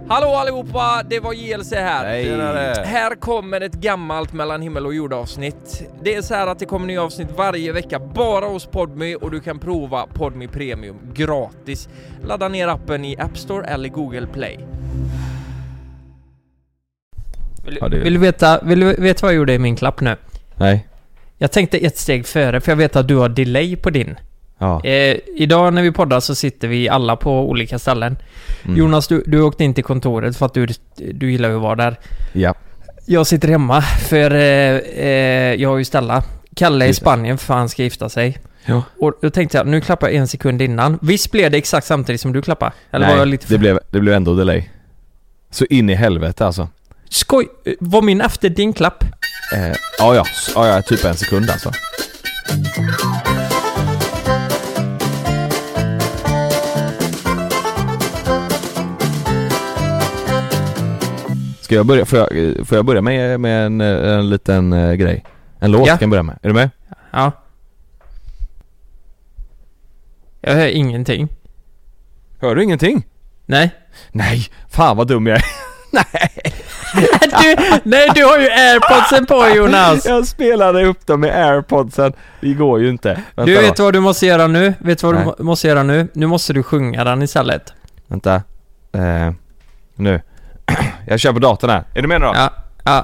Hallå allihopa, det var JLC här. Hej. Här kommer ett gammalt mellan himmel och jord avsnitt. Det är så här att det kommer nya avsnitt varje vecka bara hos Podme och du kan prova Podme Premium gratis. Ladda ner appen i App Store eller Google Play. Vill du veta vad jag gjorde i min klapp nu? Nej. Jag tänkte ett steg före för jag vet att du har delay på din. Ja. Idag när vi poddar så sitter vi alla på olika ställen. Jonas, du åkte in till kontoret för att du gillar att vara där. Ja. Jag sitter hemma för jag har ju Stella. Kalle är i Spanien för han ska gifta sig. Ja. Och då tänkte jag, nu klappar jag 1 sekund innan. Visst blev det exakt samtidigt som du klappade? Eller Nej, var jag lite det blev ändå delay. Så in i helvete alltså. Skoj, var min efter din klapp? Ja, typ 1 sekund alltså. Ska jag börja? Får jag börja med en liten grej? En låt kan jag börja med. Är du med? Ja. Jag hör ingenting. Hör du ingenting? Nej. Nej, fan vad dum jag är. Nej, du har ju AirPodsen på, Jonas. Jag spelade upp dem med AirPodsen. Det går ju inte. Vänta du vet vad du måste göra nu? Du måste göra nu? Nu måste du sjunga den istället. Vänta. Nu. Jag kör på datorn här. Är du med då? Ja.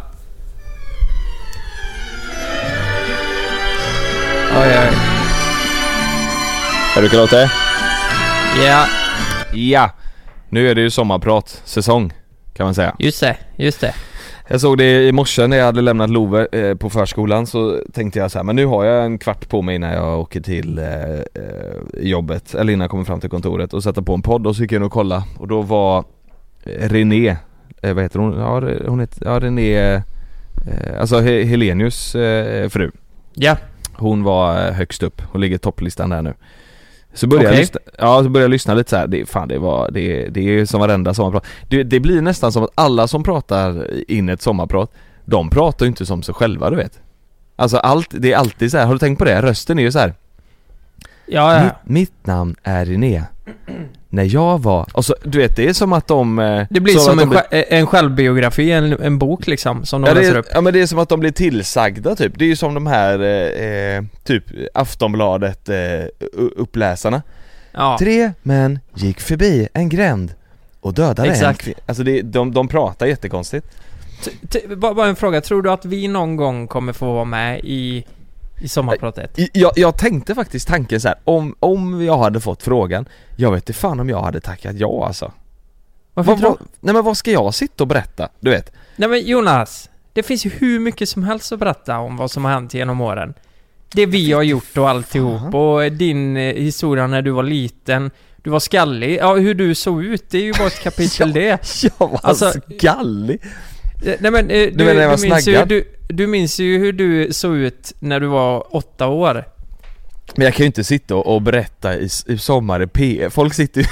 Oj. Är du klar åt det? Ja. Ja. Nu är det ju sommarprat. Säsong, kan man säga. Just det. Jag såg det i morse när jag hade lämnat Love på förskolan. Så tänkte jag så här, men nu har jag en kvart på mig när jag åker till jobbet. Eller innan jag kommer fram till kontoret och sätter på en podd. Och så gick jag in och kolla. Och då var René, vad heter hon? Hon heter René, alltså Helenius fru. Ja. Hon var högst upp. Hon ligger topplistan där nu. Så började jag lyssna lite så här. Det är som varenda sommarprat. Det blir nästan som att alla som pratar in ett sommarprat, de pratar ju inte som sig själva, du vet. Alltså det är alltid så här. Har du tänkt på det? Rösten är ju så här. Ja. Mitt namn är René. När jag var... Och så, du vet, det är som att de... Det blir som en självbiografi, en bok liksom, som de läser upp. Ja, men det är som att de blir tillsagda, typ. Det är ju som de här, typ, Aftonbladet uppläsarna. Ja. 3 män gick förbi en gränd och dödade Exakt. en. Alltså, de pratar jättekonstigt. Bara en fråga, tror du att vi någon gång kommer få vara med i sommarpratet? Jag tänkte faktiskt tanken så här, om jag hade fått frågan, jag vet inte fan om jag hade tackat ja alltså. Varför nej men vad ska jag sitta och berätta, du vet? Nej men Jonas, det finns ju hur mycket som helst att berätta om vad som har hänt genom åren. Det vi har gjort och alltihop. Och din historia när du var liten. Du var skallig. Ja, hur du såg ut, det är ju bara ett kapitel det. Jag var skallig. Nej men du minns ju hur du såg ut när du var 8 år. Men jag kan ju inte sitta och berätta i sommar i P. Folk sitter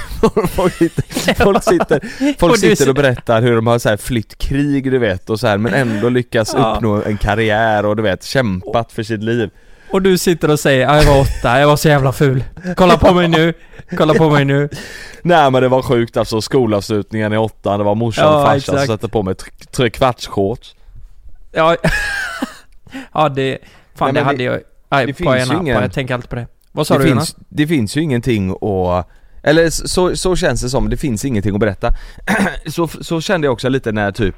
och berättar hur de har så här flytt krig, du vet, och så här, men ändå lyckas uppnå en karriär och du vet, kämpat för sitt liv. Och du sitter och säger, jag var 8, jag var så jävla ful. Kolla på mig nu. Nej men det var sjukt alltså, skolavslutningen i 8, det var morsan och farsan som satte på mig 3/4-shorts. Ja. Ja, det fan. Nej, det hade jag. Det finns ju ingen. Jag tänker alltid på det. Vad sa du, Jonas? Det finns ju ingenting att, eller så känns det som, det finns ingenting att berätta. så kände jag också lite när typ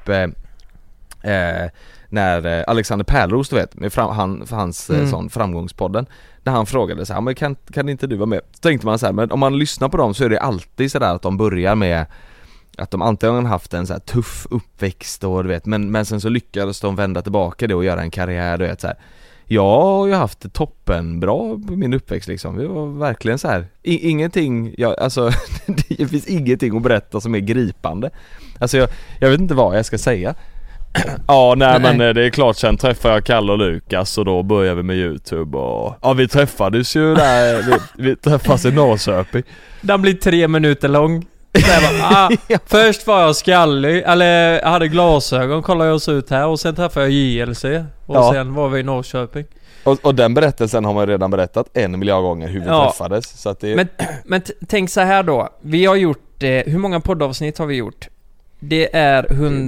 när Alexander Pärlros, du vet, med hans sån framgångspodden, när han frågade så här, men kan inte du vara med? Så tänkte man så här, men om man lyssnar på dem så är det alltid så där att de börjar med att de antingen haft en så här tuff uppväxt och du vet, men sen så lyckades de vända tillbaka det och göra en karriär, du vet så här. Jag har ju haft det toppen bra på min uppväxt liksom. Det var verkligen så här. Ingenting, alltså det finns ingenting att berätta som är gripande. Alltså jag vet inte vad jag ska säga. Men det är klart, sen träffar jag Kalle och Lukas och då börjar vi med YouTube och vi träffades ju där, vi träffas i Norrköping. Den blir 3 minuter lång. Först var jag skallig, eller jag hade glasögon, kollade jag oss ut här, och sen träffade jag JLC och sen var vi i Norrköping. Och den berättelsen har man redan berättat 1 miljard gånger hur vi träffades, så att det... Men tänk så här då, vi har gjort hur många poddavsnitt har vi gjort? Det är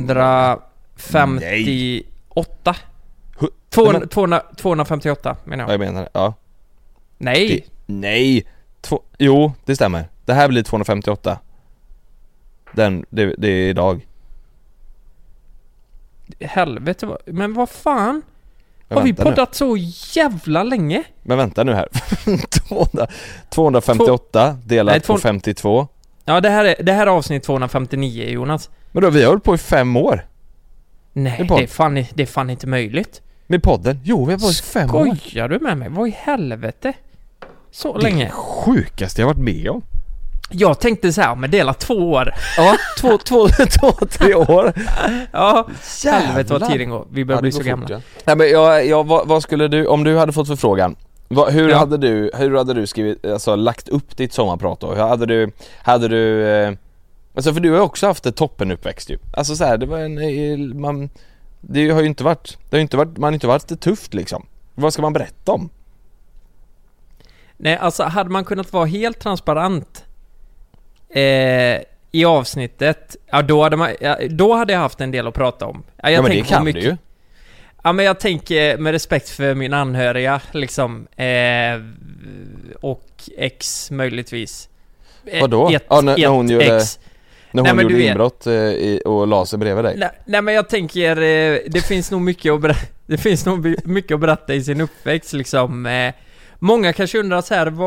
158. 258 menar jag. Jag menar, ja. Nej. Nej. Jo, det stämmer. Det här blir 258. Det är idag. Helvete, men vad fan? Har vi poddat så jävla länge? Men vänta nu här. 258 delat på 52. Ja, det här är avsnitt 259, Jonas. Men då, vi har hållit på i 5 år. Nej, det är fan inte möjligt. Med podden? Jo, vi har varit i 5 år. Skojar du med mig? Vad i helvete? Så det länge. Det är sjukaste jag varit med om. Jag tänkte så här, men dela 2 år. Ja, 2-3 år. Ja, helvete vad tiden går. Vi börjar bli så gamla. Ja. Nej, men vad skulle du, om du hade fått förfrågan, hur hade du skrivit, alltså lagt upp ditt sommarprat då? Hur hade du alltså, för du har ju också haft ett toppenuppväxt ju. Alltså så här, det var man har ju inte varit man har inte varit tufft liksom. Vad ska man berätta om? Nej, alltså hade man kunnat vara helt transparent i avsnittet, ja, då hade jag haft en del att prata om. Ja, men det kan du ju. Ja, men jag tänker med respekt för min anhöriga liksom, och ex möjligtvis. Vadå? När hon gjorde inbrott och la sig bredvid dig. Nej, men jag tänker det finns nog mycket att berätta i sin uppväxt liksom. Många kanske undrar så här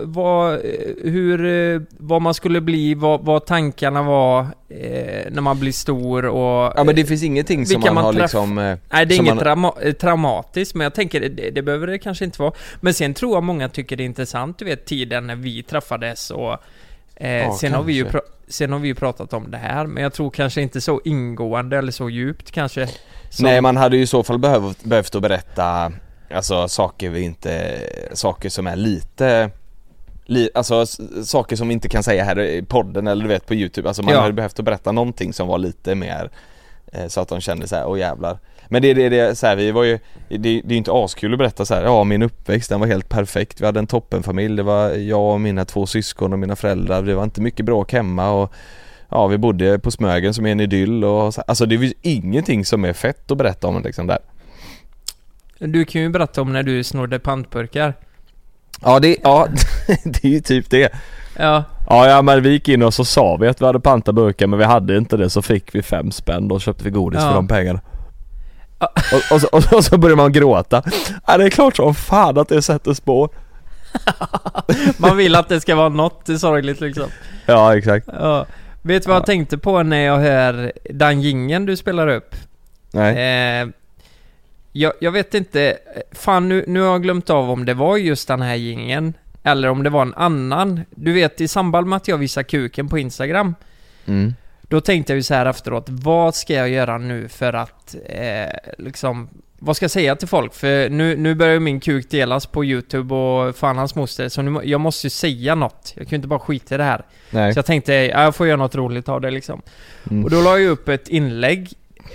vad man skulle bli, vad tankarna var när man blir stor och ja, men det finns ingenting som man har liksom nej, det är inget traumatiskt, men jag tänker det behöver det kanske inte vara. Men sen tror jag många tycker det är intressant, du vet tiden när vi träffades och sen har vi ju pratat om det här, men jag tror kanske inte så ingående eller så djupt kanske. Nej, man hade ju i så fall behövt att berätta alltså saker som är lite alltså saker som vi inte kan säga här i podden eller du vet på YouTube. Alltså man hade behövt att berätta någonting som var lite mer så att de kände så här, åh jävlar. Men det så här, vi var ju det är ju inte askul att berätta så här, ja, min uppväxt den var helt perfekt. Vi hade en toppenfamilj, det var jag och mina 2 syskon och mina föräldrar. Det var inte mycket bråk hemma och ja, vi bodde på Smögen som är en idyll och så, alltså det är ju ingenting som är fett att berätta om liksom där. Du kan ju berätta om när du snodde pantburkar. Ja, det är ju typ det. Ja. Ja, men vi gick in och så sa vi att vi hade pantaburkar, men vi hade inte det, så fick vi 5 spänn och köpte vi godis för de pengarna. Och så började man gråta. Ja, det är klart som fan att det sätter spår. Man vill att det ska vara något sorgligt liksom. Ja, exakt. Ja. Vet du vad jag tänkte på när jag hör den jingeln du spelar upp? Nej. Jag vet inte. Fan, nu har jag glömt av om det var just den här jingeln eller om det var en annan. Du vet, i samband med att jag visar kuken på Instagram, då tänkte jag ju så här efteråt, vad ska jag göra nu för att liksom, vad ska jag säga till folk? För nu börjar min kuk delas på YouTube och fan hans moster, så jag måste ju säga något. Jag kan ju inte bara skita i det här. Nej. Så jag tänkte, jag får göra något roligt av det liksom. Och då la jag upp ett inlägg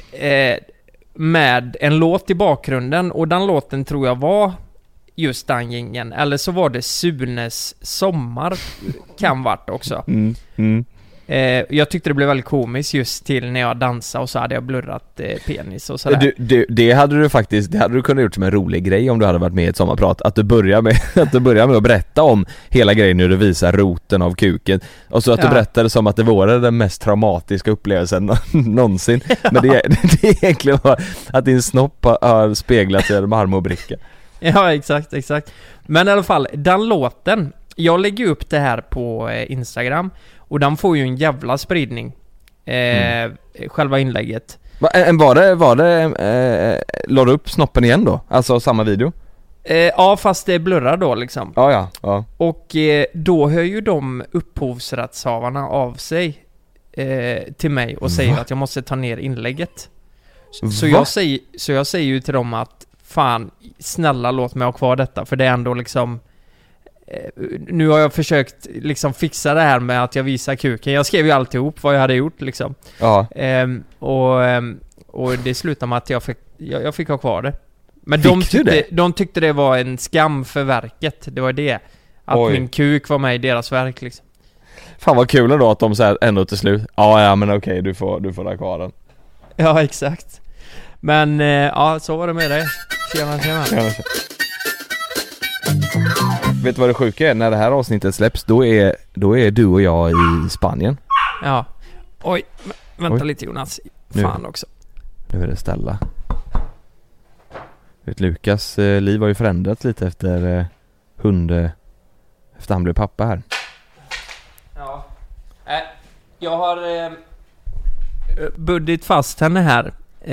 med en låt i bakgrunden, och den låten tror jag var just den gängen, eller så var det Sunes sommar, kan vart också. Jag tyckte det blev väldigt komiskt just till när jag dansade och så hade jag blurrat penis och sådär. Det hade du kunnat gjort som en rolig grej om du hade varit med i ett sommarprat, att du börjar med att berätta om hela grejen när du visar roten av kuken, och så att du berättade som att det var den mest traumatiska upplevelsen någonsin. Men det egentligen var att din snopp har speglat i en marmorbricka. Ja, exakt. Men i alla fall, den låten, jag lägger upp det här på Instagram och den får ju en jävla spridning, själva inlägget. La du upp snoppen igen då? Alltså samma video? Ja, fast det blurrar då liksom. Ja. Och då hör ju de upphovsrättshavarna av sig till mig och säger att jag måste ta ner inlägget. Så jag säger ju till dem att fan, snälla låt mig ha kvar detta, för det är ändå liksom, nu har jag försökt liksom fixa det här med att jag visar kuken. Jag skrev ju alltihop vad jag hade gjort liksom. Ja. Och det slutade med att jag fick ha kvar det. Men de tyckte det var en skam för verket. Det var det. Att min kuk var med i deras verk liksom. Fan vad kul ändå att de säger ändå till slut. Ja men okej, du får ha kvar den. Ja, exakt. Men ja, så var det med dig. Tjena. Vet du vad det sjuka är? När det här avsnittet släpps, då är du och jag i Spanien. Ja. Oj, vänta lite Jonas. Fan nu. Också. Nu är det Stella. Vet, Lukas liv har ju förändrats lite efter efter han blev pappa här. Ja. Jag har bundit fast henne här.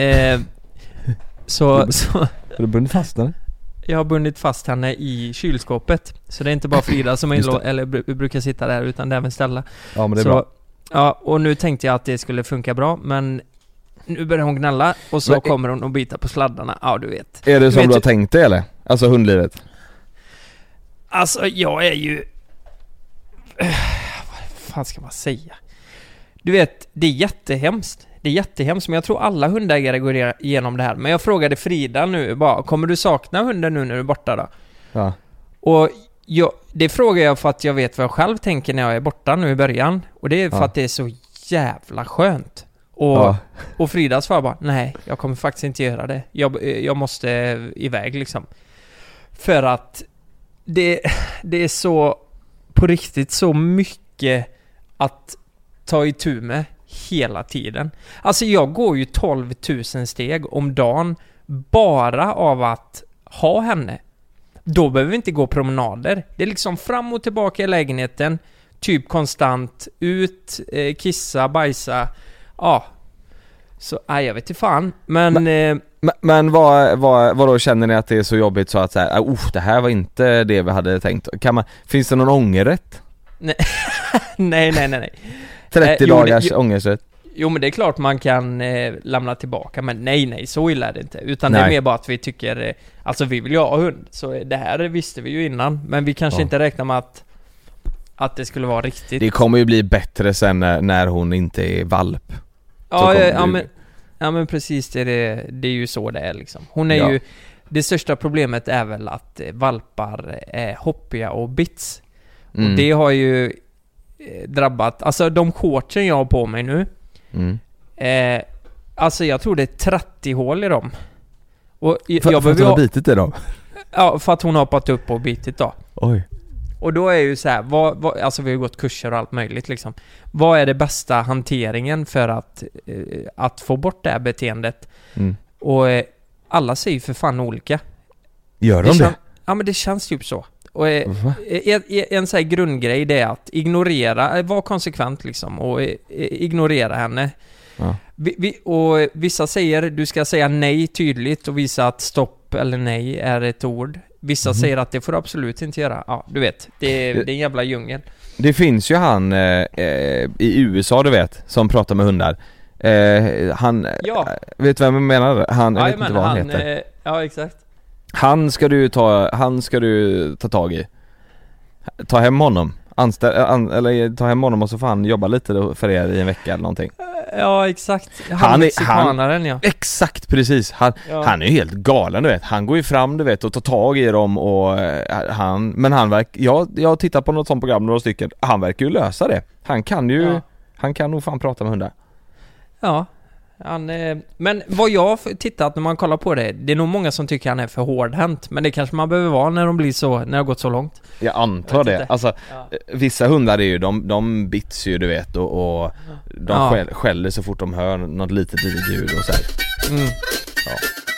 Så Har du bundit fast henne? Jag har bundit fast henne i kylskåpet. Så det är inte bara Frida som brukar sitta där, utan det är även Stella. Ja, men det är bra. Ja, och nu tänkte jag att det skulle funka bra, men nu börjar hon gnälla och så kommer hon att bita på sladdarna. Ja, du vet. Är det som du har tänkt det eller? Alltså hundlivet? Alltså, jag är ju... Vad fan ska man säga? Du vet, det är jättehemskt. Men jag tror alla hundägare går igenom det här. Men jag frågade Frida nu bara, kommer du sakna hunden nu när du är borta då? Ja. Och det frågar jag för att jag vet vad jag själv tänker när jag är borta nu i början. Och det är för att det är så jävla skönt. Och Frida svarar bara, nej, jag kommer faktiskt inte göra det. Jag måste iväg liksom. För att det är så, på riktigt så mycket att ta itu med hela tiden. Alltså jag går ju 12 000 steg om dagen bara av att ha henne. Då behöver vi inte gå promenader. Det är liksom fram och tillbaka i lägenheten, typ konstant, ut, kissa, bajsa. Ja. Så jag vet inte fan. Men vad då känner ni att det är så jobbigt så att säga, det här var inte det vi hade tänkt. Finns det någon ångerrätt? Nej. 30 dagars ångerrätt. Jo, men det är klart man kan lämna tillbaka. Men nej, så illa är det inte. Utan det är mer bara att vi tycker, alltså vi vill ju ha hund. Så det här visste vi ju innan. Men vi kanske inte räknar med att det skulle vara riktigt. Det kommer ju bli bättre sen när hon inte är valp. Ja, men precis, det är ju så det är liksom. Hon är ju, det största problemet är väl att valpar är hoppiga och bits. Och det har ju drabbat, alltså de shortsen jag har på mig nu, alltså jag tror det är 30 hål i dem. Och för att hon har bitit i dem? Ja, för att hon har hoppat upp och bitit då. Oj. Och då är ju så här, alltså vi har gått kurser och allt möjligt liksom. Vad är det bästa hanteringen för att få bort det här beteendet? Och alla säger för fan olika. Gör de det? Ja, men det känns typ så. Och en sån här grundgrej, det är att ignorera, vara konsekvent liksom, och ignorera henne. Ja. Och vissa säger du ska säga nej tydligt och visa att stopp eller nej är ett ord. Vissa säger att det får du absolut inte göra. Ja, du vet, det är en jävla djungel. Det finns ju han i USA, du vet, som pratar med hundar. Vet du vem jag menar? Han, jag vet inte vad han heter. Ja, exakt. Han ska du ta tag i. Ta hem honom. Eller ta hem honom och så får han jobba lite för er i en vecka eller någonting. Ja, exakt. Han ja. Exakt, precis. Han är ju helt galen, du vet. Han går ju fram, du vet, och tar tag i dem och jag har tittat på något sånt program, några stycken. Han verkar ju lösa det. Han kan nog fan prata med hundar. Ja. Men vad jag har tittat när man kollar på det är nog många som tycker han är för hårdhänt. Men det kanske man behöver vara när det har gått så långt. Jag antar det. Alltså, vissa hundar är ju, de bits ju, du vet. Och de skäller så fort de hör något litet ljud och så här. Ja.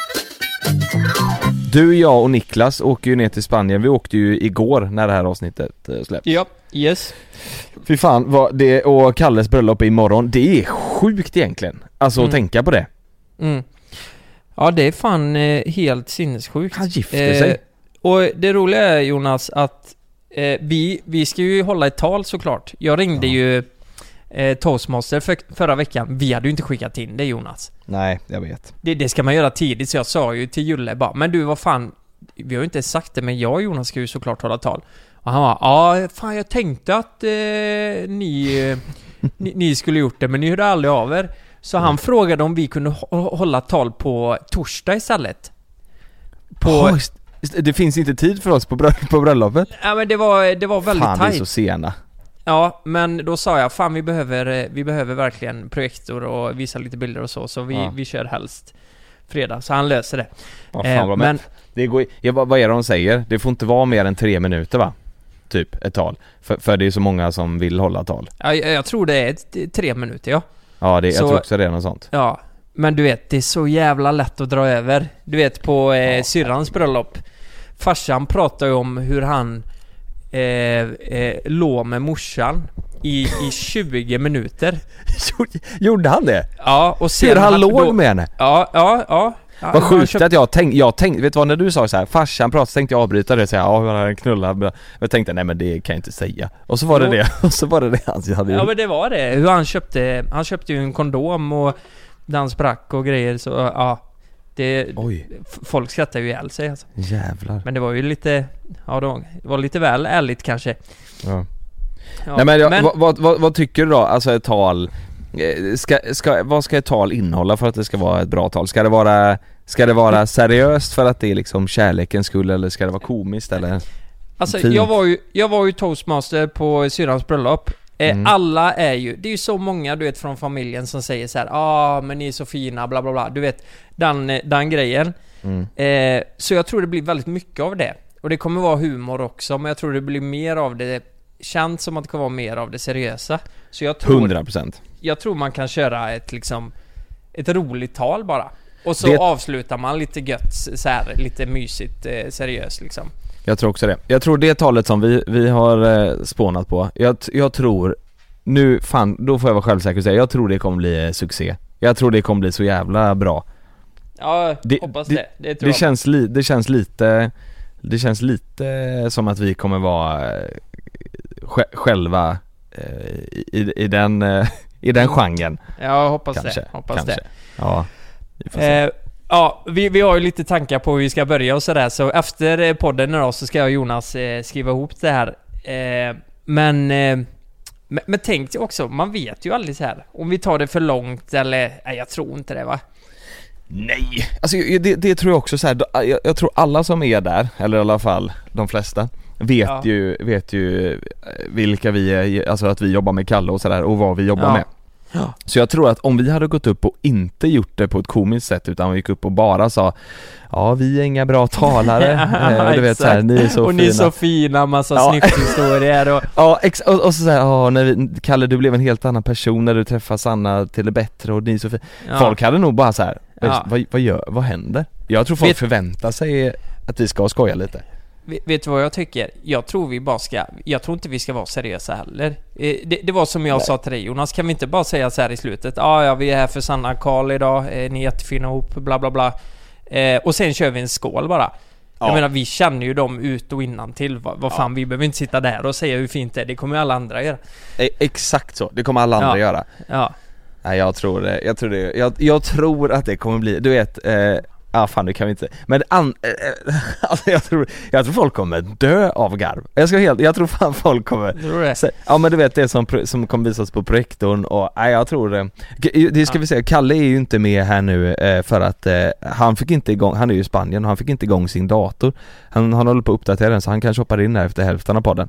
Du, jag och Niklas åker ju ner till Spanien. Vi åkte ju igår när det här avsnittet släpps. Ja, yes. Fy fan, och Kalles bröllop är imorgon. Det är sjukt egentligen. Alltså att tänka på det. Ja, det är fan helt sinnessjukt. Han gifter sig. Och det roliga är, Jonas, att vi ska ju hålla ett tal såklart. Jag ringde ju Toastmaster förra veckan. Vi hade ju inte skickat in det, Jonas. Nej, jag vet. Det ska man göra tidigt, så jag sa ju till Julle bara, men du, vad fan, vi har ju inte sagt det, men jag och Jonas ska ju såklart hålla tal. Och han bara, fan, jag tänkte att ni skulle gjort det, men ni hörde aldrig av er. Så han frågade om vi kunde hålla tal på torsdag istället. Det finns inte tid för oss på bröllopet. Ja, men det var väldigt tajt. Fan, vi är så sena. Ja, men då sa jag, fan vi behöver verkligen projektor och visa lite bilder och så vi kör helst fredag, så han löser det. Ja, fan vad men det går, vad är det de säger? Det får inte vara mer än 3 minuter va? Typ ett tal. För det är så många som vill hålla tal. Ja, jag tror det är 3 minuter, ja. Ja, jag tror också det är något sånt. Ja, men du vet, det är så jävla lätt att dra över. Du vet, på syrrans bröllop. Farsan pratar ju om hur han låg med morsan i 20 minuter. Gjorde han det? Ja, och sen hur han låg med henne? Ja. Vad sjukt att jag tänkte, vet du vad, när du sa så här, farsan pratade, så tänkte jag avbryta det och säga, ja, hur har han knullat? Jag tänkte, nej men det kan jag inte säga. Och så var det och så var det han hade gjort. Ja, men det var det. Hur han köpte ju en kondom och den sprack och grejer, så ja. Folk skrattar ju ihjäl sig alltså. Jävlar. Men det var ju lite, det var lite väl ärligt kanske. Ja. Nej men, vad tycker du då? Alltså ett tal, vad ska ett tal innehålla för att det ska vara ett bra tal? Ska det vara seriöst för att det är liksom kärlekens skull, eller ska det vara komiskt eller? Alltså jag var ju toastmaster på syrrans bröllop. Alla är ju, det är ju så många du vet från familjen som säger så här, men ni är så fina, bla bla bla. Du vet den grejen. Så jag tror det blir väldigt mycket av det. Och det kommer vara humor också, men jag tror det blir mer av det, känns som att det kan vara mer av det seriösa. Så jag tror 100%. Jag tror man kan köra ett roligt tal bara. Och så avslutar man lite gött så här, lite mysigt seriöst liksom. Jag tror också det. Jag tror det talet som vi har spånat på. Jag tror nu, fan, då får jag vara självsäker och säga, jag tror det kommer bli succé. Jag tror det kommer bli så jävla bra. Ja, hoppas det. Det känns lite som att vi kommer vara själva i den genren. Ja, hoppas kanske, det. Hoppas kanske. det. Ja, vi får se. Ja, vi har ju lite tankar på hur vi ska börja och sådär. Så efter podden då så ska jag och Jonas skriva ihop det här. Men tänk också, man vet ju aldrig så här. Om vi tar det för långt eller... Nej, jag tror inte det, va? Nej, alltså det tror jag också så här. Jag tror alla som är där, eller i alla fall de flesta, vet ju vilka vi är, alltså att vi jobbar med Kalle och sådär, och vad vi jobbar med. Ja. Så jag tror att om vi hade gått upp och inte gjort det på ett komiskt sätt, utan vi gick upp och bara sa, ja, vi är inga bra talare, du vet så här, ni är så och fina. Ni är så fina, massa snyfthistorier och... Ja, och så här, Kalle, du blev en helt annan person när du träffade Sanna till det bättre, och ni är så fina. Folk hade nog bara så här, vad händer? Jag tror folk förväntar sig att vi ska skoja lite. Vet du vad jag tycker? Jag tror inte vi ska vara seriösa heller. Det var som jag sa till dig, Jonas, kan vi inte bara säga så här i slutet, ja, vi är här för Sanna och Karl idag, ni är jättefina ihop, bla bla bla, och sen kör vi en skål bara. Jag menar, vi känner ju dem ut och innan till. Vad fan, vi behöver inte sitta där och säga hur fint det är. Det kommer alla andra göra. Exakt så, det kommer alla andra göra. Ja. Nej, jag tror att det kommer bli, du vet, fan, det kan vi inte. Men alltså, jag tror folk kommer dö av garv. Jag tror fan folk kommer. Ja, men du vet, det som kommer visas på projektorn, och jag tror det ska vi säga, Kalle är ju inte med här nu för att han fick inte igång, han är ju i Spanien och han fick inte igång sin dator. Han håller på att uppdatera den, så han kanske hoppar in här efter hälften av podden.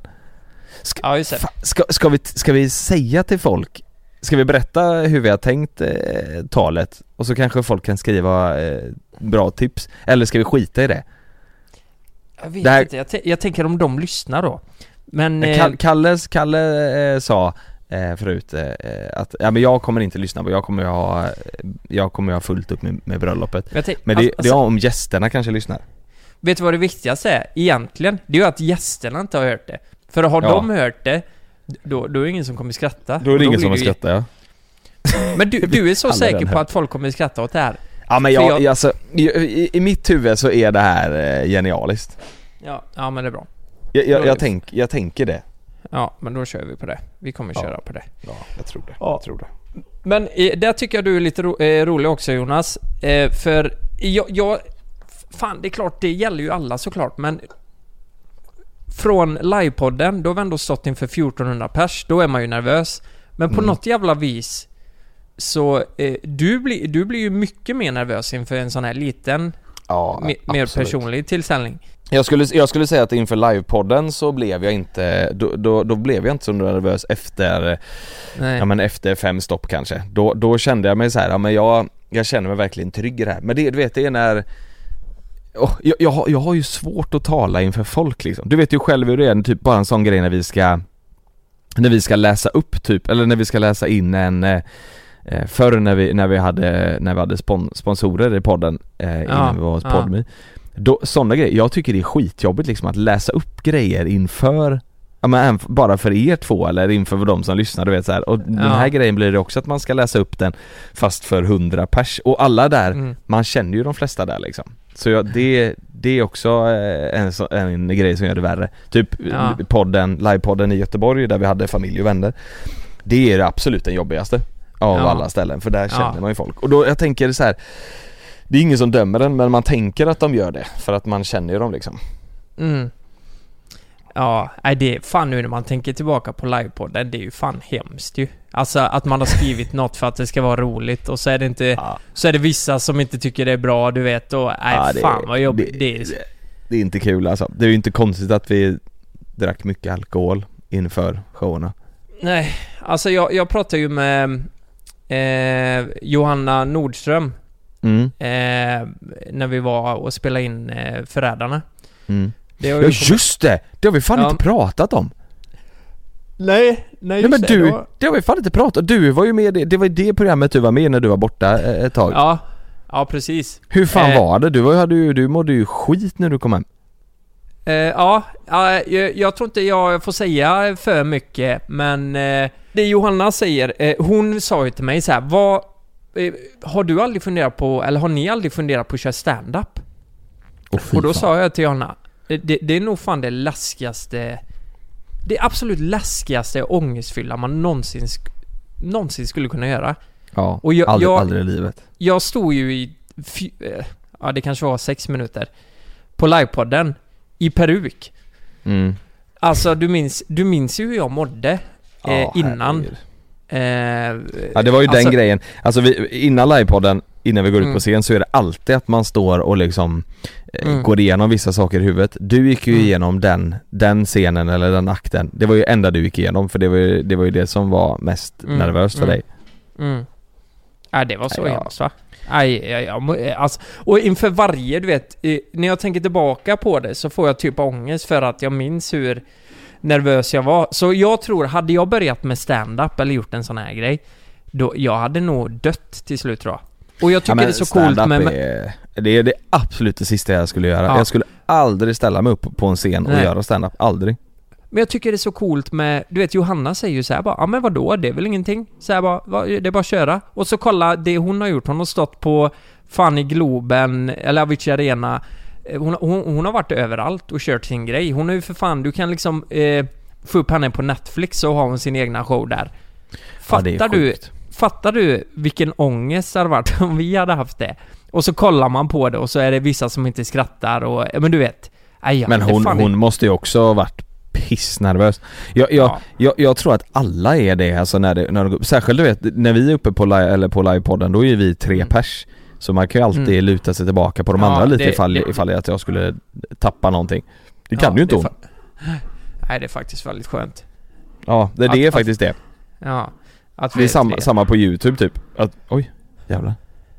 Ska vi säga till folk? Ska vi berätta hur vi har tänkt talet, och så kanske folk kan skriva bra tips, eller ska vi skita i det? Jag vet inte, jag tänker om de lyssnar då. Men Kalle sa förut att men jag kommer inte lyssna på, jag kommer ha fullt upp med bröllopet. Men det är om gästerna kanske lyssnar. Vet du vad det viktigaste är egentligen? Det är ju att gästerna inte har hört det. För har de hört det, då är det ingen som kommer skratta. Då är det ingen som kommer skratta, ja. Men du är så säker på att folk kommer skratta åt det här? Ja, men alltså, i mitt huvud så är det här genialiskt. Ja, men det är bra. Jag tänker det. Ja, men då kör vi på det. Vi kommer köra på det. Ja, jag tror det. Ja. Men där tycker jag du är lite rolig också, Jonas. För jag fan, det är klart, det gäller ju alla såklart, men från livepodden, då har vi ändå stått inför 1400 pers, då är man ju nervös. Men på något jävla vis så du blir ju mycket mer nervös inför en sån här liten Ja, mer personlig tillställning. Jag skulle säga att inför livepodden så blev jag inte då blev jag inte så nervös efter efter 5 stopp kanske. Då kände jag mig så här, men jag känner mig verkligen trygg i det här. Men det, du vet, det är när jag har ju svårt att tala inför folk liksom. Du vet ju själv hur det är, typ bara en sån grej när vi ska läsa upp typ, eller när vi ska läsa in en förr när vi hade sponsorer i podden innan vi var hos Podme. Då, sådana grejer, jag tycker det är skitjobbigt liksom att läsa upp grejer inför bara för er två eller inför de som lyssnar, du vet så här. Och den här grejen blir det också att man ska läsa upp den fast för 100 pers och alla där, man känner ju de flesta där liksom. Så det är också en grej som gör det värre. Typ livepodden i Göteborg där vi hade familj och vänner. Det är det absolut den jobbigaste av alla ställen, för där känner man ju folk. Och då jag tänker så här, det är ingen som dömer den, men man tänker att de gör det för att man känner ju dem liksom. Ja, det är fan, nu när man tänker tillbaka på livepodden, det är ju fan hemskt ju. Alltså att man har skrivit något för att det ska vara roligt och så är det inte så är det vissa som inte tycker det är bra, du vet, och fan vad jobbigt det är inte kul alltså. Det är ju inte konstigt att vi drack mycket alkohol inför showerna. Nej, alltså jag pratade ju med Johanna Nordström när vi var och spelade in Förrädarna. Ja just det! Det har vi fan inte pratat om. Nej men det har vi fan inte pratat om. Du var ju med, det var det programmet du var med när du var borta ett tag. Ja precis. Hur fan var det? Du mådde ju skit när du kom hem. Jag tror inte jag får säga för mycket, men det Johanna säger, hon sa ju till mig så här: har du aldrig funderat på, eller har ni aldrig funderat på att köra stand-up? Och då sa jag till Johanna, det är nog fan det läskigaste, det absolut läskigaste ångestfylla man någonsin skulle kunna göra. Ja, och aldrig i livet. Jag stod ju i det kanske var 6 minuter på livepodden i peruk. Alltså du minns ju hur jag mådde innan. Det var ju den grejen. Alltså innan livepodden, innan vi går ut på scen, så är det alltid att man står och liksom går igenom vissa saker i huvudet. Du gick ju igenom den scenen eller den akten. Det var ju enda du gick igenom, för det var ju det som var mest nervöst för dig. Det var så hemskt, va? Alltså, och inför varje, du vet, när jag tänker tillbaka på det så får jag typ ångest för att jag minns hur nervös jag var. Så jag tror, hade jag börjat med stand-up eller gjort en sån här grej, då jag hade nog dött till slut, tror jag. Och jag tycker det är så coolt med det är det absolut det sista jag skulle göra. Jag skulle aldrig ställa mig upp på en scen och göra stand-up, aldrig. Men jag tycker det är så coolt med, du vet, Johanna säger ju så här bara, men vadå, det är väl ingenting. Så här bara, det är bara att köra. Och så kolla det hon har gjort. Hon har stått på fan i Globen eller Avicii Arena. Hon har varit överallt och kört sin grej. Hon är ju för fan, du kan liksom få upp henne på Netflix och ha hon sin egna show där. Fattar du vilken ångest det hade varit om vi hade haft det? Och så kollar man på det och så är det vissa som inte skrattar och, men du vet. Men hon måste ju också ha varit pissnervös. Jag tror att alla är det, alltså när särskilt, du vet, när vi är uppe på livepodden, då är vi 3 pers. Så man kan ju alltid luta sig tillbaka på de andra lite ifall att jag skulle tappa någonting. Det kan ju inte hon. Nej, det är faktiskt väldigt skönt. Ja, det är faktiskt det. Ja. Att vi är samma på YouTube typ. Oj, jävlar.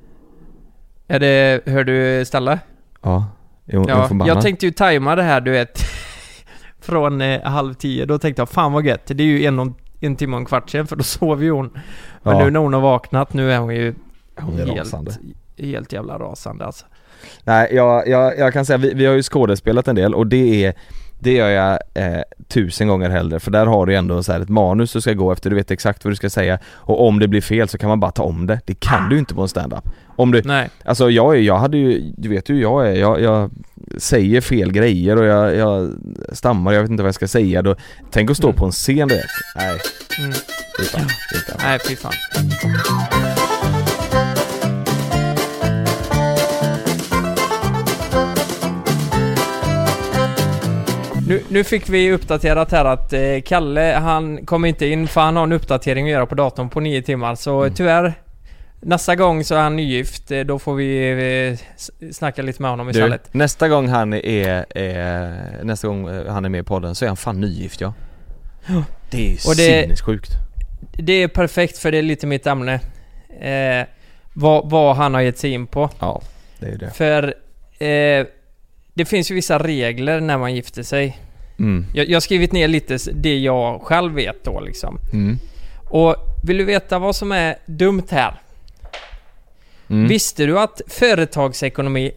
Hör du Stella? Ja. Jag tänkte ju tajma det här, du vet, från 9:30. Då tänkte jag, fan vad gött. Det är ju en timme och en kvart sedan, för då sover ju hon. Men nu när hon har vaknat, nu är hon ju helt jävla rasande alltså. Nej, jag kan säga, vi har ju skådespelat en del, och det gör jag 1000 gånger hellre, för där har du ändå så här ett manus du ska gå efter, du vet exakt vad du ska säga, och om det blir fel så kan man bara ta om det. Det kan du inte på en stand-up. Om du, nej. Alltså jag hade ju, du vet ju jag säger fel grejer och jag stammar, jag vet inte vad jag ska säga då. Tänk att stå på en scen direkt. Nej. Nej, fy fan. Nu fick vi uppdaterat här att Kalle, han kommer inte in för han har en uppdatering att göra på datorn på 9 timmar. Så tyvärr, Nästa gång så är han nygift. Då får vi snacka lite med honom istället. Nästa gång han är med i podden så är han fan nygift, ja. Det är sinnessjukt. Det är perfekt, för det är lite mitt ämne. Vad han har gett sig in på. Ja, det är det. För det finns ju vissa regler när man gifter sig. Jag har skrivit ner lite det jag själv vet då liksom. Och vill du veta vad som är dumt här? Visste du att företagsekonomi,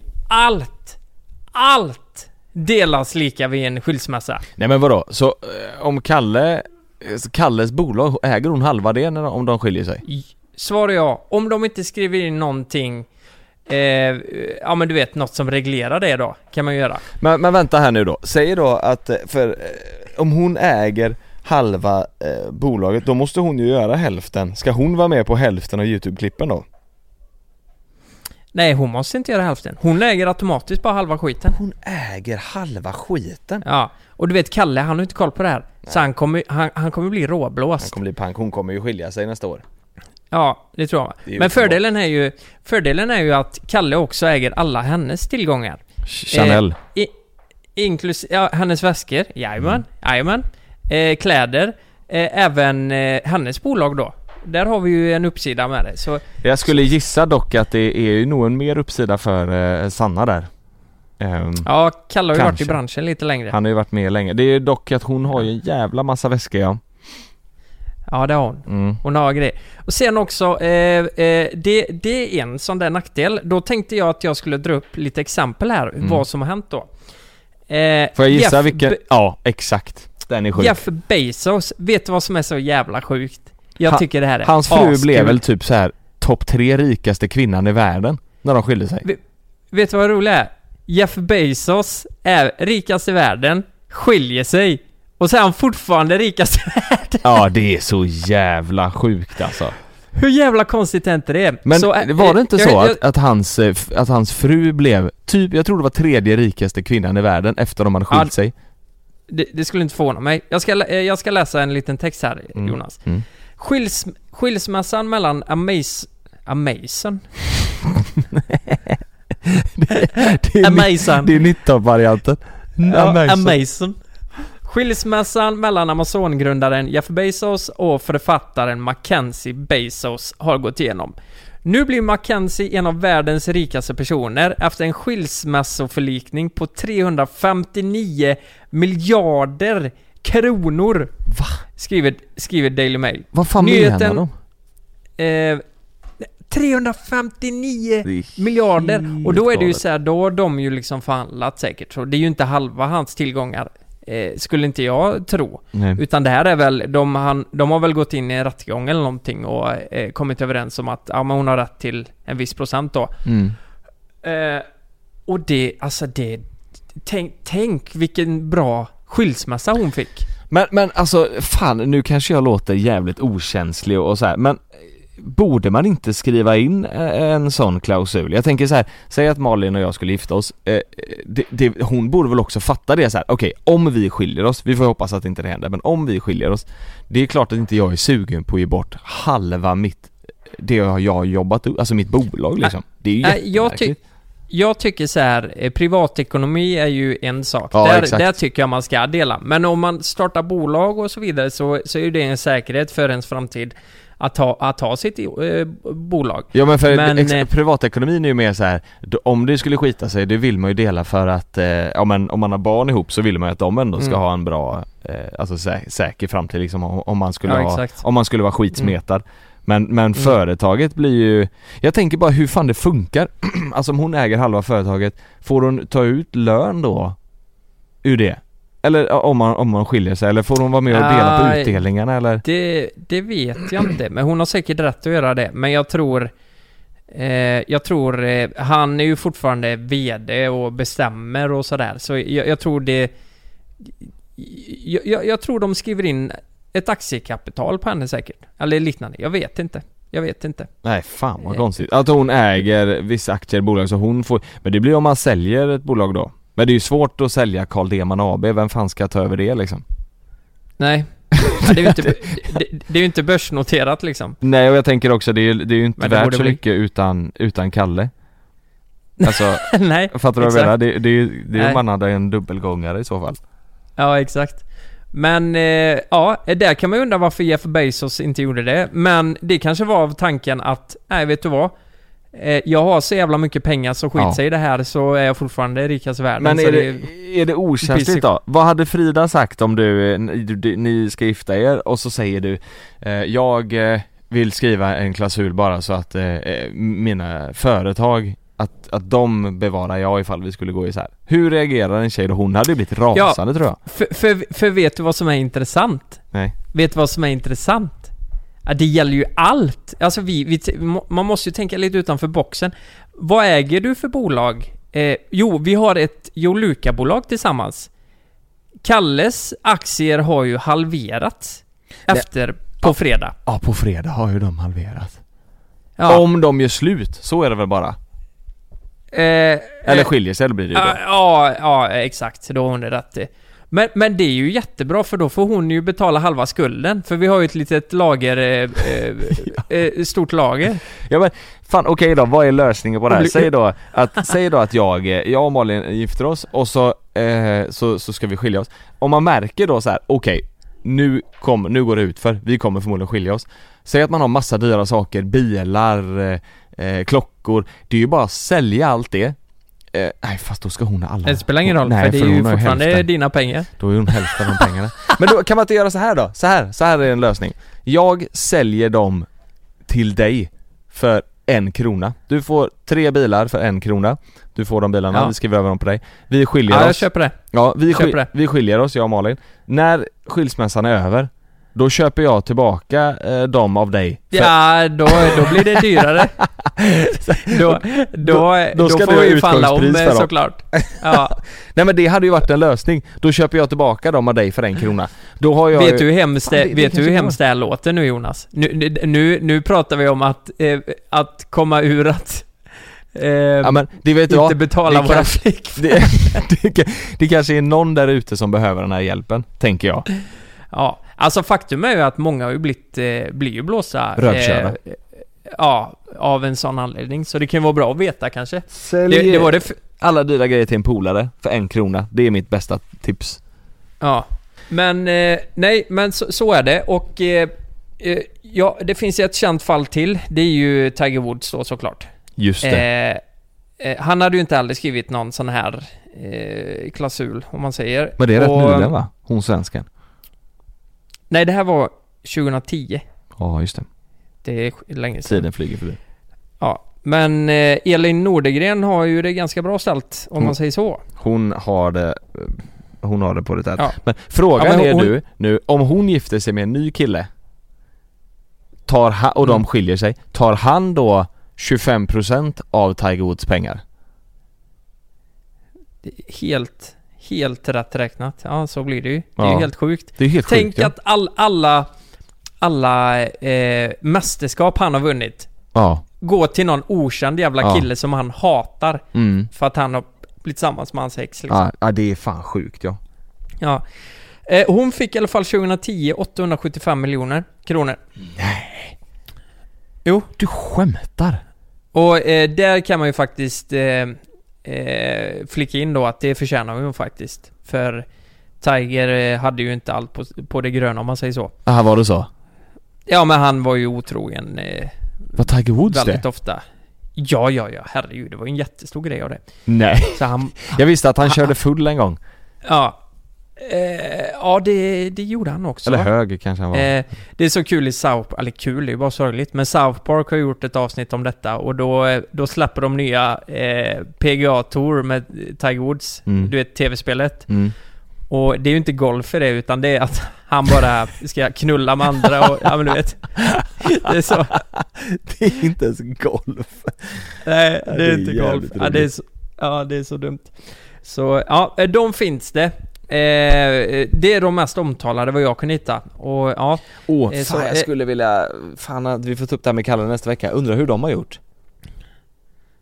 allt delas lika vid en skilsmässa? Nej, men vadå? Så om Kalles bolag, äger hon halva det om de skiljer sig? Svarar jag. Om de inte skriver in någonting, ja men du vet, något som reglerar det då, kan man göra. Men vänta här nu då. Säg då att om hon äger halva bolaget, då måste hon ju göra hälften. Ska hon vara med på hälften av YouTube-klippen då? Nej, hon måste inte göra hälften. Hon äger automatiskt bara halva skiten. Hon äger halva skiten? Ja, och du vet Kalle, han har inte koll på det här. Nej. Så han kommer bli råblåst. Han kommer bli pank, hon kommer ju skilja sig nästa år. Ja, det tror jag. Men fördelen är ju att Kalle också äger alla hennes tillgångar. Chanel. Hennes väskor, jajamän. Kläder, även hennes bolag då. Där har vi ju en uppsida med det. Så, jag skulle gissa dock att det är ju nog en mer uppsida för Sanna där. Ja, Kalle har ju varit i branschen lite längre. Han har ju varit med länge. Det är dock att hon har ju en jävla massa väskor, ja. Ja, det har hon. Hon har grejer. Och sen också, det är en sån där nackdel. Då tänkte jag att jag skulle dra upp lite exempel här. Vad som har hänt då. Får jag gissa vilken? Ja, exakt. Den är sjuk. Jeff Bezos, vet du vad som är så jävla sjukt? Jag tycker det här är hans fru blev väl typ så här topp 3 rikaste kvinnan i världen när de skilde sig. Vet du vad roligt är? Jeff Bezos är rikast i världen, skiljer sig, och så är han fortfarande rikast i världen. Ja, det är så jävla sjukt alltså. Hur jävla konstigt är inte det? Men så, var det inte så att hans fru blev typ, jag tror det var 3:e rikaste kvinnan i världen efter de hade skilt sig? Det skulle inte förvåna mig. Jag ska läsa en liten text här, Jonas. Skilsmässan mellan Amazon. Det är 19-varianten. Amazon. Skilsmässan mellan Amazon-grundaren Jeff Bezos och författaren Mackenzie Bezos har gått igenom. Nu blir Mackenzie en av världens rikaste personer efter en skilsmässoförlikning på 359 miljarder kronor. Va? Skriver Daily Mail. Vad fan menar de? 359 miljarder. Och då är det ju så här, då har de ju liksom förhandlat säkert. Så det är ju inte halva hans tillgångar. Skulle inte jag tro. Nej. Utan det här är väl, de har väl gått in i en rättegång eller någonting och kommit överens om att men hon har rätt till en viss procent då. Och det, alltså det, tänk vilken bra skilsmässa hon fick. Men alltså, fan, nu kanske jag låter jävligt okänslig och så här, men borde man inte skriva in en sån klausul? Jag tänker så här, säg att Malin och jag skulle gifta oss, hon borde väl också fatta det så här. Okej, om vi skiljer oss, vi får hoppas att inte det händer, men om vi skiljer oss, det är klart att inte jag är sugen på att ge bort halva det jag har jobbat, alltså mitt bolag liksom. Det är ju jättemärkligt. Jag tycker så här, privatekonomi är ju en sak. Ja, där tycker jag man ska dela. Men om man startar bolag och så vidare så är det en säkerhet för ens framtid att ha sitt bolag. Ja, men privatekonomin är ju mer så här, om det skulle skita sig, det vill man ju dela för att om man har barn ihop så vill man ju att de ändå ska ha en bra alltså säker framtid liksom, om man skulle vara skitsmetad. Men företaget blir ju, jag tänker bara hur fan det funkar. Alltså om hon äger halva företaget, får hon ta ut lön då ur det? Eller om man skiljer sig, eller får hon vara med och dela på utdelningarna eller? Det vet jag inte, men hon har säkert rätt att göra det. Men jag tror han är ju fortfarande vd och bestämmer och sådär. Så jag tror det jag tror de skriver in ett aktiekapital på henne säkert. Eller liknande, jag vet inte. Nej, fan vad konstigt. Att hon äger vissa aktier i bolag så hon får, men det blir om man säljer ett bolag då. Men det är ju svårt att sälja Carl Deman AB. Vem fan ska ta över det liksom? Nej, Ja, det är ju inte börsnoterat liksom. Nej, och jag tänker också det är ju inte värt så bli mycket utan Kalle. Alltså, nej, fattar du vad jag menar? Det är om man hade en dubbelgångare i så fall. Ja, exakt. Men ja, där kan man ju undra varför Jeff Bezos inte gjorde det. Men det kanske var av tanken att, nej, vet du vad? Jag har så jävla mycket pengar så skit sig i det här, så är jag fortfarande rikast i världen. Men så är det okänsligt då? Vad hade Frida sagt om ni ska gifta er och så säger du jag vill skriva en klausul bara så att mina företag att de bevarar jag ifall vi skulle gå isär. Hur reagerar en tjej då? Hon hade blivit rasande, tror jag. För vet du vad som är intressant? Nej. Vet du vad som är intressant? Ja, det gäller ju allt. Alltså man måste ju tänka lite utanför boxen. Vad äger du för bolag? Jo, vi har ett Joluka-bolag tillsammans. Kalles aktier har ju halverats på fredag. Ja, på fredag har ju de halverat. Ja. Om de gör slut, så är det väl bara. Eller skiljer sig, eller blir det ju då. Ja, exakt. Då har hon det rätt. Men det är ju jättebra, för då får hon ju betala halva skulden. För vi har ju ett litet lager, stort lager. Ja, men fan, okej då, vad är lösningen på det här? Säg då att jag och Malin gifter oss och så ska vi skilja oss. Om man märker då så här, okej, nu går det ut för vi kommer förmodligen skilja oss. Säg att man har massa dyra saker, bilar, klockor. Det är ju bara att sälja allt det. Nej, fast då ska hon ha alla. Det spelar ingen roll, för det är ju fortfarande dina pengar. Då är hon hälften av pengarna. Men då kan man inte göra så här då. Så här är en lösning. Jag säljer dem till dig för 1 krona. Du får 3 bilar för 1 krona. Du får de bilarna, vi skriver över dem på dig. Vi skiljer oss. Jag köper det. Ja, vi skiljer oss, jag och Malin. När skilsmässan är över, då köper jag tillbaka dem av dig. Ja, då blir det dyrare. då får vi falla om såklart. Ja. Nej, men det hade ju varit en lösning. Då köper jag tillbaka dem av dig för 1 krona. Då har jag vet du hur hemskt det här låter nu, Jonas? Nu pratar vi om att komma ur att ja, men det vet inte betala våra flickvänner. Det kanske är någon där ute som behöver den här hjälpen, tänker jag. Ja, alltså faktum är ju att många har ju blir ju blåsa rövkörda. Ja, av en sån anledning. Så det kan vara bra att veta kanske. Sälj alla dyra grejer till en polare för 1 krona. Det är mitt bästa tips. Ja, men nej, men så är det. Och ja, det finns ett känt fall till. Det är ju Tiger Woods då, såklart. Just det. Han hade ju inte aldrig skrivit någon sån här klausul, om man säger. Men det är rätt nyligen, va? Hon svensken. Nej, det här var 2010. Ja, just det. Det är länge sedan. Tiden flyger förbi. Ja, men Elin Nordegren har ju det ganska bra ställt, om man säger så. Hon har det på det här. Ja. Men frågan är du nu, om hon gifter sig med en ny kille och de skiljer sig, tar han då 25% av Tiger Woods pengar? Helt rätt räknat. Ja, så blir det ju. Det är ju helt sjukt. Det är helt Tänk sjukt, att alla mästerskap han har vunnit gå till någon okänd jävla kille som han hatar för att han har blivit tillsammans med hans ex liksom. Ja, det är fan sjukt, ja. Hon fick i alla fall 2010 875 miljoner kronor. Nej. Jo. Du skämtar. Och där kan man ju faktiskt flicka in då att det förtjänar hon faktiskt. För Tiger hade ju inte allt på det gröna, om man säger så. Aha, var det så? Ja, men han var ju otrogen var Tiger Woods väldigt det? Ofta. Ja, herregud, det var ju en jättestor grej av det. Nej, så jag visste att han körde full en gång. Ja. Ja, det gjorde han också. Eller hög kanske han var. Det är så kul i eller kul, det är bara sorgligt. Men South Park har gjort ett avsnitt om detta. Och då släpper de nya PGA-tour med Tiger Woods. Du vet, tv-spelet. Och det är ju inte golf för det, utan det är att han bara ska knulla med andra och, ja, men du vet. Det är så. Det är inte ens golf. Nej, det är inte golf. Det är så dumt. Så, ja, de finns det. Det är de mest omtalade vad jag kan hitta. Och ja. Fan, jag skulle vilja att vi får ta upp det här med Kalle nästa vecka. Undrar hur de har gjort.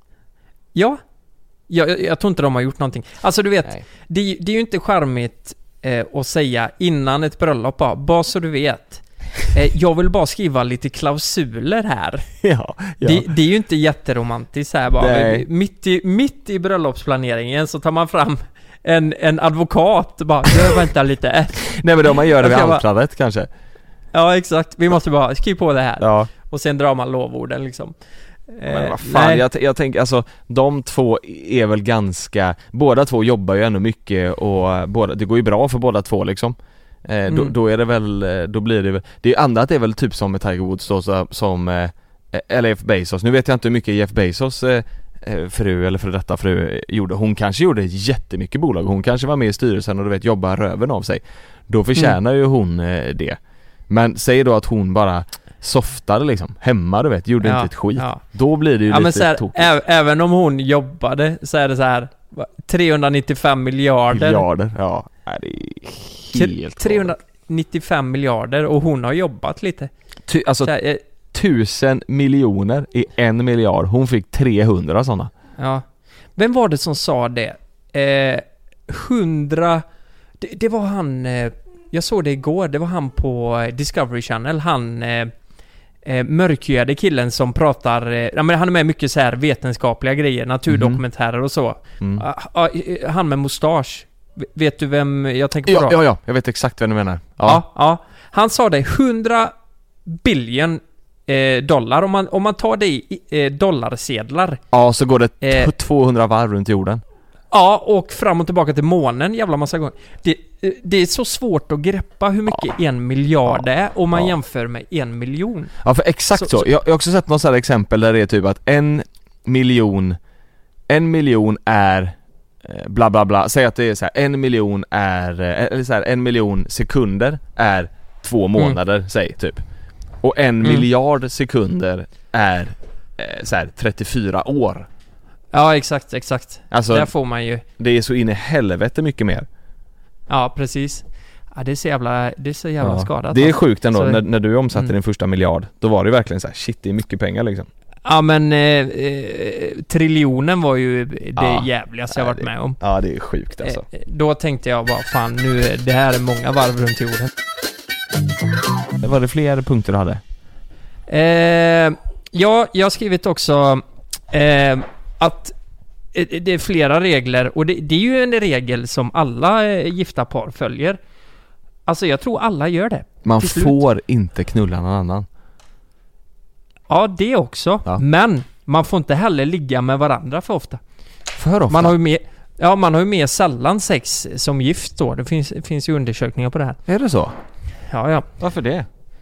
Ja. Jag tror inte de har gjort någonting. Alltså du vet, det är ju inte charmigt och säga innan ett bröllop bara så du vet. Jag vill bara skriva lite klausuler här. Ja. Det är ju inte jätteromantiskt här bara. Mitt i bröllopsplaneringen så tar man fram en advokat bara, vänta lite. Nej, men då man gör det vid altaret kanske. Ja, exakt. Vi måste bara skriva på det här. Ja. Och sen drar man lovorden liksom. Men vad fan, jag tänker alltså, de två är väl ganska, båda två jobbar ju ändå mycket och det går ju bra för båda två liksom. Då är det väl, då blir det väl, det är annat är väl typ som med Tiger Woods då, som eller Jeff Bezos. Nu vet jag inte hur mycket Jeff Bezos fru eller för detta fru gjorde. Hon kanske gjorde jättemycket bolag. Hon kanske var med i styrelsen och du vet jobbar röven av sig. Då förtjänar ju hon det. Men säg då att hon bara softade liksom hemma, du vet, gjorde inte ett skit. Ja. Då blir det ju lite tokigt. Även om hon jobbade så är det så här 395 miljarder. Ja, det är helt 395 miljarder och hon har jobbat lite. Alltså 1000 miljoner i 1 miljard. Hon fick 300 sådana. Ja. Vem var det som sa det? 100. Det var han. Jag såg det igår. Det var han på Discovery Channel. Han mörkhyade killen som pratar. Men han är med mycket så här vetenskapliga grejer, naturdokumentärer och så. Han med mustasch. Vet du vem jag tänker på då? Ja, jag vet exakt vem du menar. Ja. Han sa det 100 billion dollar om man tar det i dollarsedlar. Ja, så går det 200 varv runt jorden. Ja, och fram och tillbaka till månen jävla massa gånger. Det är så svårt att greppa hur mycket 1 miljard är om man jämför med 1 miljon. Ja, för exakt så. Jag har också sett något sådant exempel där det är typ att 1 miljon är bla bla bla. Säg att det är så här 1 miljon är eller så här 1 miljon sekunder är 2 månader, säg typ. Och 1 miljard sekunder är så här 34 år. Ja, exakt. Alltså, där får man ju. Det är så in i helvete mycket mer. Ja, precis. Ja, det är så jävla skadat. Det är sjukt ändå, när du omsatte din första miljard. Då var det verkligen så här, shit, det är mycket pengar liksom. Ja, men triljonen var ju det jävligaste jag varit med om. Ja, det är sjukt alltså. Då tänkte jag bara, fan, nu det här är många varv runt jorden. Var det fler punkter du hade? Ja, jag har skrivit också att det är flera regler. Och det är ju en regel som alla gifta par följer. Alltså jag tror alla gör det. Man får inte knulla någon annan. Ja, det också. Ja. Men man får inte heller ligga med varandra för ofta. För ofta? Man har ju mer sällan sex som gift då. Det finns ju undersökningar på det här. Är det så? Ja. Varför det?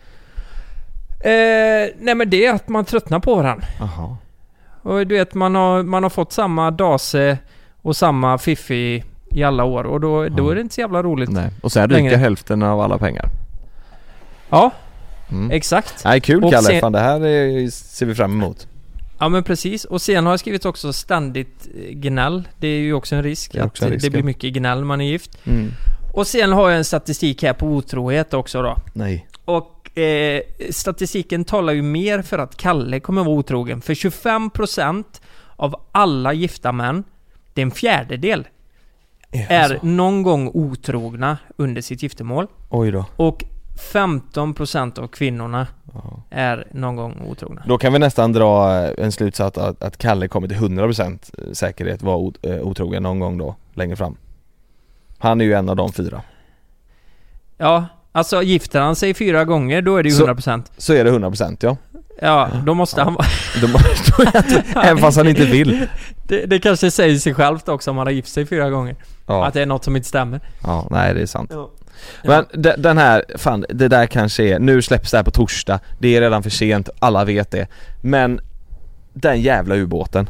Nej, men det är att man tröttnar på varandra. Aha. Och du vet, man har fått samma dase och samma fiffi i alla år. Och då är det inte så jävla roligt. Nej. Och sen ryker hälften av alla pengar. Ja, exakt. Nej, kul och Kalle, fan det här ser vi fram emot. Ja, men precis. Och sen har jag skrivit också ständigt gnäll. Det är ju också en risk det blir mycket gnäll när man är gift. Och sen har jag en statistik här på otrohet också då. Nej. Och statistiken talar ju mer för att Kalle kommer vara otrogen. För 25% av alla gifta män, det är en fjärdedel, är någon gång otrogna under sitt giftermål. Oj då. Och 15% av kvinnorna är någon gång otrogna. Då kan vi nästan dra en slutsats att Kalle kommer till 100% säkerhet vara otrogen någon gång då, längre fram. Han är ju en av de 4. Ja, alltså gifter han sig 4 gånger, då är det ju 100%. Så är det 100%, ja. Ja, då måste han vara... Även fast han inte vill. Det kanske säger sig självt också om han har gift sig 4 gånger. Ja. Att det är något som inte stämmer. Ja, nej, det är sant. Ja. Men den här, fan, det där kanske är... Nu släpps det här på torsdag. Det är redan för sent, alla vet det. Men den jävla ubåten.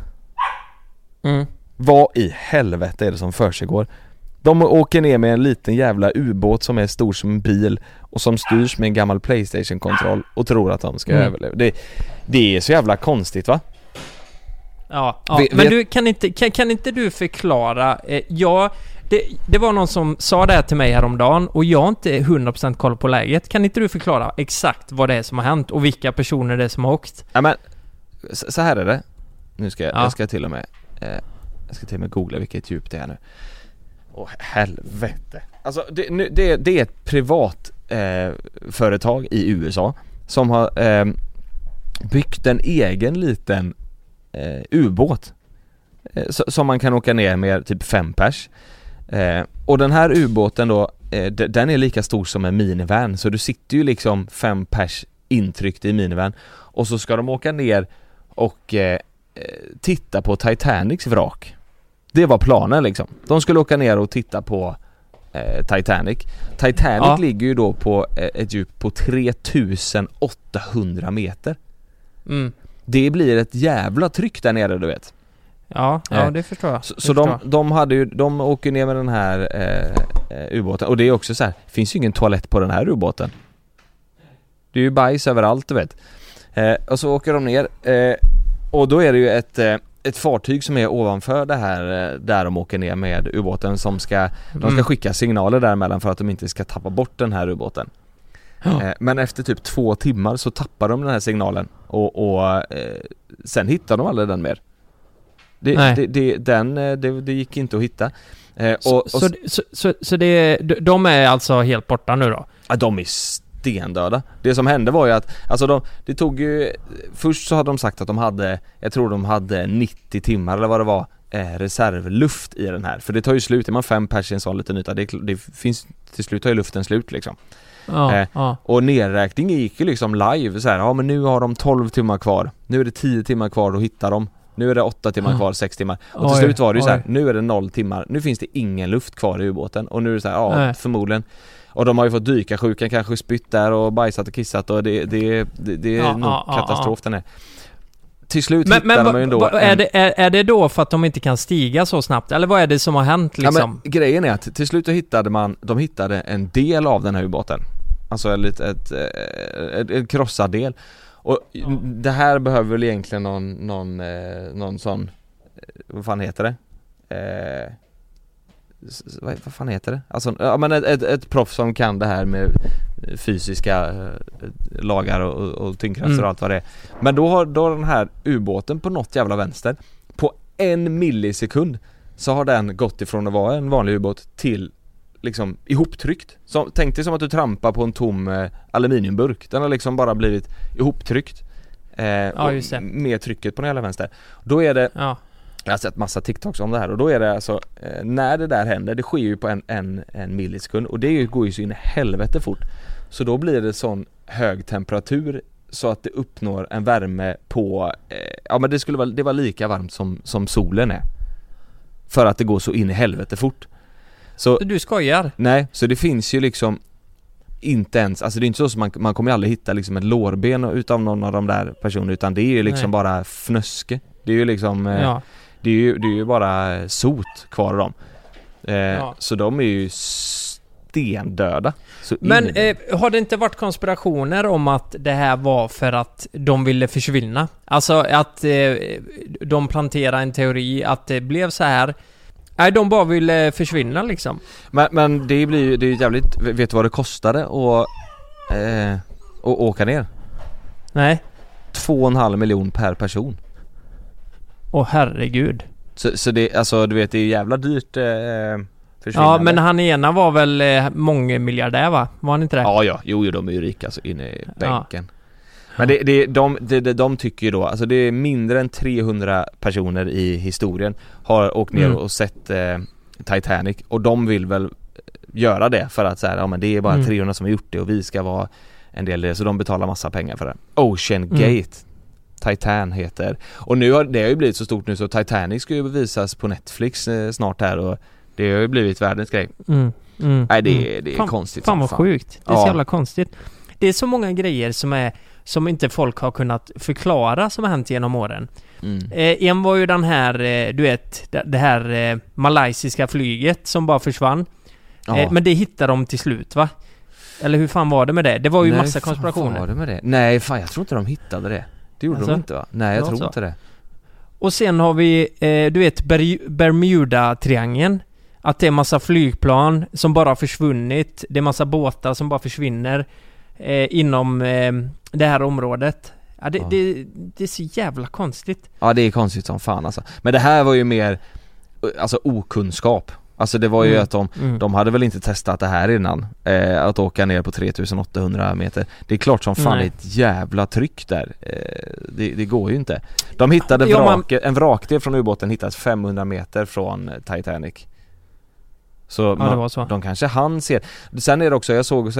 Vad i helvete är det som försiggår? De åker ner med en liten jävla ubåt som är stor som en bil och som styrs med en gammal PlayStation-kontroll och tror att de ska överleva. Det är så jävla konstigt, va? Ja. Men du, kan inte du förklara? Det var någon som sa det här till mig häromdagen och jag har inte 100% koll på läget. Kan inte du förklara exakt vad det är som har hänt och vilka personer det är som har åkt? Ja, men så här är det. Nu ska jag ska till och med googla vilket djup det är nu. Åh helvete. Alltså det är ett privat företag i USA som har byggt en egen liten ubåt som man kan åka ner med typ 5 pers. Och den här ubåten då, den är lika stor som en minivan, så du sitter ju liksom 5 pers intryckt i minivan, och så ska de åka ner och titta på Titanics vrak. Det var planen liksom. De skulle åka ner och titta på Titanic. Titanic ligger ju då på ett djup på 3800 meter. Det blir ett jävla tryck där nere, du vet. Ja, det förstår jag. Så de åker ner med den här ubåten. Och det är också så här, finns ju ingen toalett på den här ubåten. Det är ju bajs överallt, du vet. Och så åker de ner. Och då är det ju ett fartyg som är ovanför det här där de åker ner med ubåten, som de ska skicka signaler däremellan för att de inte ska tappa bort den här ubåten. Men efter typ 2 timmar så tappar de den här signalen och sen hittar de aldrig den mer. Det gick inte att hitta. Så de är alltså helt borta nu då? Ja, de är stendöda. Det som hände var ju att alltså det tog ju, först så hade de sagt att jag tror de hade 90 timmar eller vad det var reservluft i den här, för det tar ju slut. Är man 5 pers i en sån liten yta, det finns till slut, tar ju luften slut liksom. Och nedräkningen gick ju liksom live så här, men nu har de 12 timmar kvar, nu är det 10 timmar kvar att hitta dem, nu är det 8 timmar kvar, 6 timmar, och till slut var det ju så här, nu är det 0 timmar, nu finns det ingen luft kvar i ubåten, och nu är det så här, förmodligen. Och de har ju fått dyka sjukan, kanske spytt där och bajsat och kissat, och det är nog katastrof den är. Till slut hittar de ju ändå är det då för att de inte kan stiga så snabbt? Eller vad är det som har hänt liksom? Ja, men grejen är att till slut de hittade en del av den här ubåten. Alltså ett krossad del. Och det här behöver väl egentligen någon sån, vad fan heter det? Vad fan heter det? Alltså, men ett proff som kan det här med fysiska lagar och tyngdkrafter och allt vad det är. Men då har den här ubåten på något jävla vänster, på 1 millisekund så har den gått ifrån att vara en vanlig ubåt till liksom ihoptryckt. Så, tänk dig som att du trampar på en tom aluminiumburk. Den har liksom bara blivit ihoptryckt med trycket på den jävla vänster. Då är det jag har sett massa TikToks om det här, och då är det alltså när det där händer, det sker ju på en millisekund, och det går ju så in i helvete fort. Så då blir det sån hög temperatur så att det uppnår en värme på men det var lika varmt som solen är. För att det går så in i helvete fort. Så du skojar? Nej, så det finns ju liksom inte ens, alltså det är inte så som man kommer aldrig hitta liksom ett lårben utav någon av de där personerna, utan det är ju liksom bara fnöske. Det är ju liksom det är ju bara sot kvar av dem. Så de är ju stendöda. Men har det inte varit konspirationer om att det här var för att de ville försvinna? Alltså att de planterade en teori att det blev så här. Nej, de bara ville försvinna liksom. Men det är jävligt, vet du vad det kostade att åka ner? Nej. 2,5 miljoner per person. Åh herregud. Så det, alltså du vet, det är jävla dyrt Ja, men han ena var väl mångmiljardär, va? Var han inte det? Ja, jo, de är ju rika alltså, inne i bänken. Men de tycker ju då, alltså det är mindre än 300 personer i historien har åkt ner och sett Titanic, och de vill väl göra det för att så här, men det är bara 300 som har gjort det och vi ska vara en del av det, så de betalar massa pengar för det. Ocean Gate Titan heter. Och nu har det ju blivit så stort nu så Titanic ska ju visas på Netflix snart här, och det har ju blivit världens grej. Nej, det är konstigt. Fan vad sjukt. Det är så jävla konstigt. Det är så många grejer som inte folk har kunnat förklara som har hänt genom åren. En var ju den här, du vet, det här malaysiska flyget som bara försvann. Men det hittade de till slut, va? Eller hur fan var det med det? Det var ju massa konspirationer. Var det med det? Nej, fan, jag tror inte de hittade det. Det gjorde de inte, va? Nej, jag tror inte det. Och sen har vi, du vet, Bermuda-triangeln. Att det är massa flygplan som bara har försvunnit. Det är massa båtar som bara försvinner inom det här området. Ja, det är så jävla konstigt. Ja, det är konstigt som fan alltså. Men det här var ju mer alltså okunskap. Alltså det var ju att de hade väl inte testat det här innan, att åka ner på 3800 meter. Det är klart som fan ett jävla tryck där. Det går ju inte. De hittade en vrakdel från ubåten hittades 500 meter från Titanic. Så, det var så. De kanske hann se. Sen är det också, jag såg också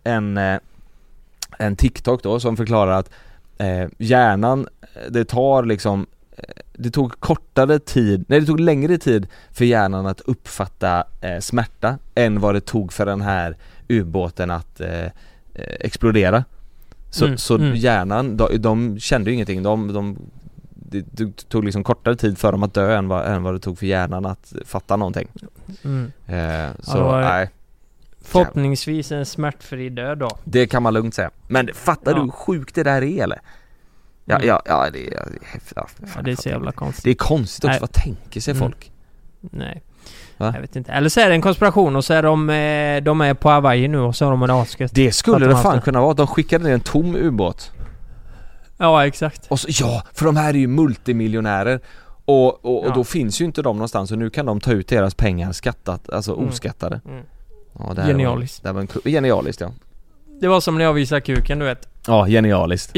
en TikTok då som förklarar att hjärnan, det tog längre tid för hjärnan att uppfatta smärta än vad det tog för den här ubåten att explodera. Så hjärnan, de kände ju ingenting. Det tog liksom kortare tid för dem att dö än vad det tog för hjärnan att fatta någonting. Nej. Förhoppningsvis en smärtfri död då. Det kan man lugnt säga. Men fattar du hur sjukt det där är, eller? Ja, det är häftigt. Det är så jävla konstigt. Det är konstigt också, vad tänker sig folk? Nej. Va? Jag vet inte. Eller så är det en konspiration och så är de är på Hawaii nu och så har de en asket. Det skulle det fan kunna vara. De skickade ner en tom ubåt. Ja, exakt. Och så, för de här är ju multimiljonärer. Och då finns ju inte de någonstans. Och nu kan de ta ut deras pengar skattat, alltså oskattade. Ja, genialiskt. Genialiskt, ja. Det var som när jag visade kuken, du vet. Ja, genialiskt.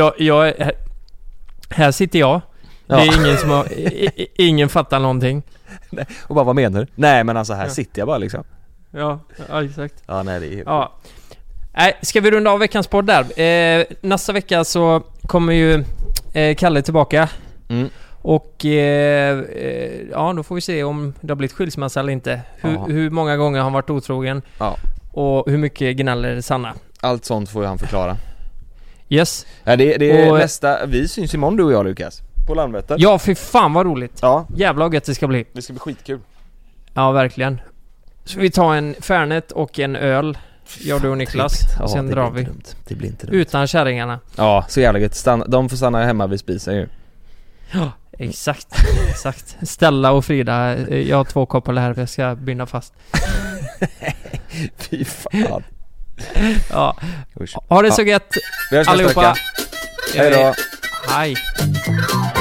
Här sitter jag. Det är ingen som ingen fattar någonting. Nej, och bara, vad menar du? Nej, men alltså här sitter jag bara liksom. Ja, exakt. Ja, nej, det är ja. Nej, ska vi runda av veckans podd där? Nästa vecka så kommer ju Kalle tillbaka. Och då får vi se om det har blivit skilsmässa eller inte. Hur många gånger har han varit otrogen? Ja. Och hur mycket gnäller Sanna? Allt sånt får ju han förklara. Yes. Ja, det är nästa. Vi syns imorgon, du och jag, Lukas. På Landvetter. Ja, för fan vad roligt. Ja. Jävla gött det ska bli. Det ska bli skitkul. Ja, verkligen. Så vi tar en Fernet och en öl. Jag, du och Niklas. Och sen drar vi. Det blir inte dumt. Utan kärringarna. Ja, så jävla gött. De får stanna hemma vid spisen ju. Ja, exakt. Stella och Frida, jag har 2 koppar här för jag ska binda fast. Fy fan. Ja. Ha det så gött allihopa. Hej då. Hej.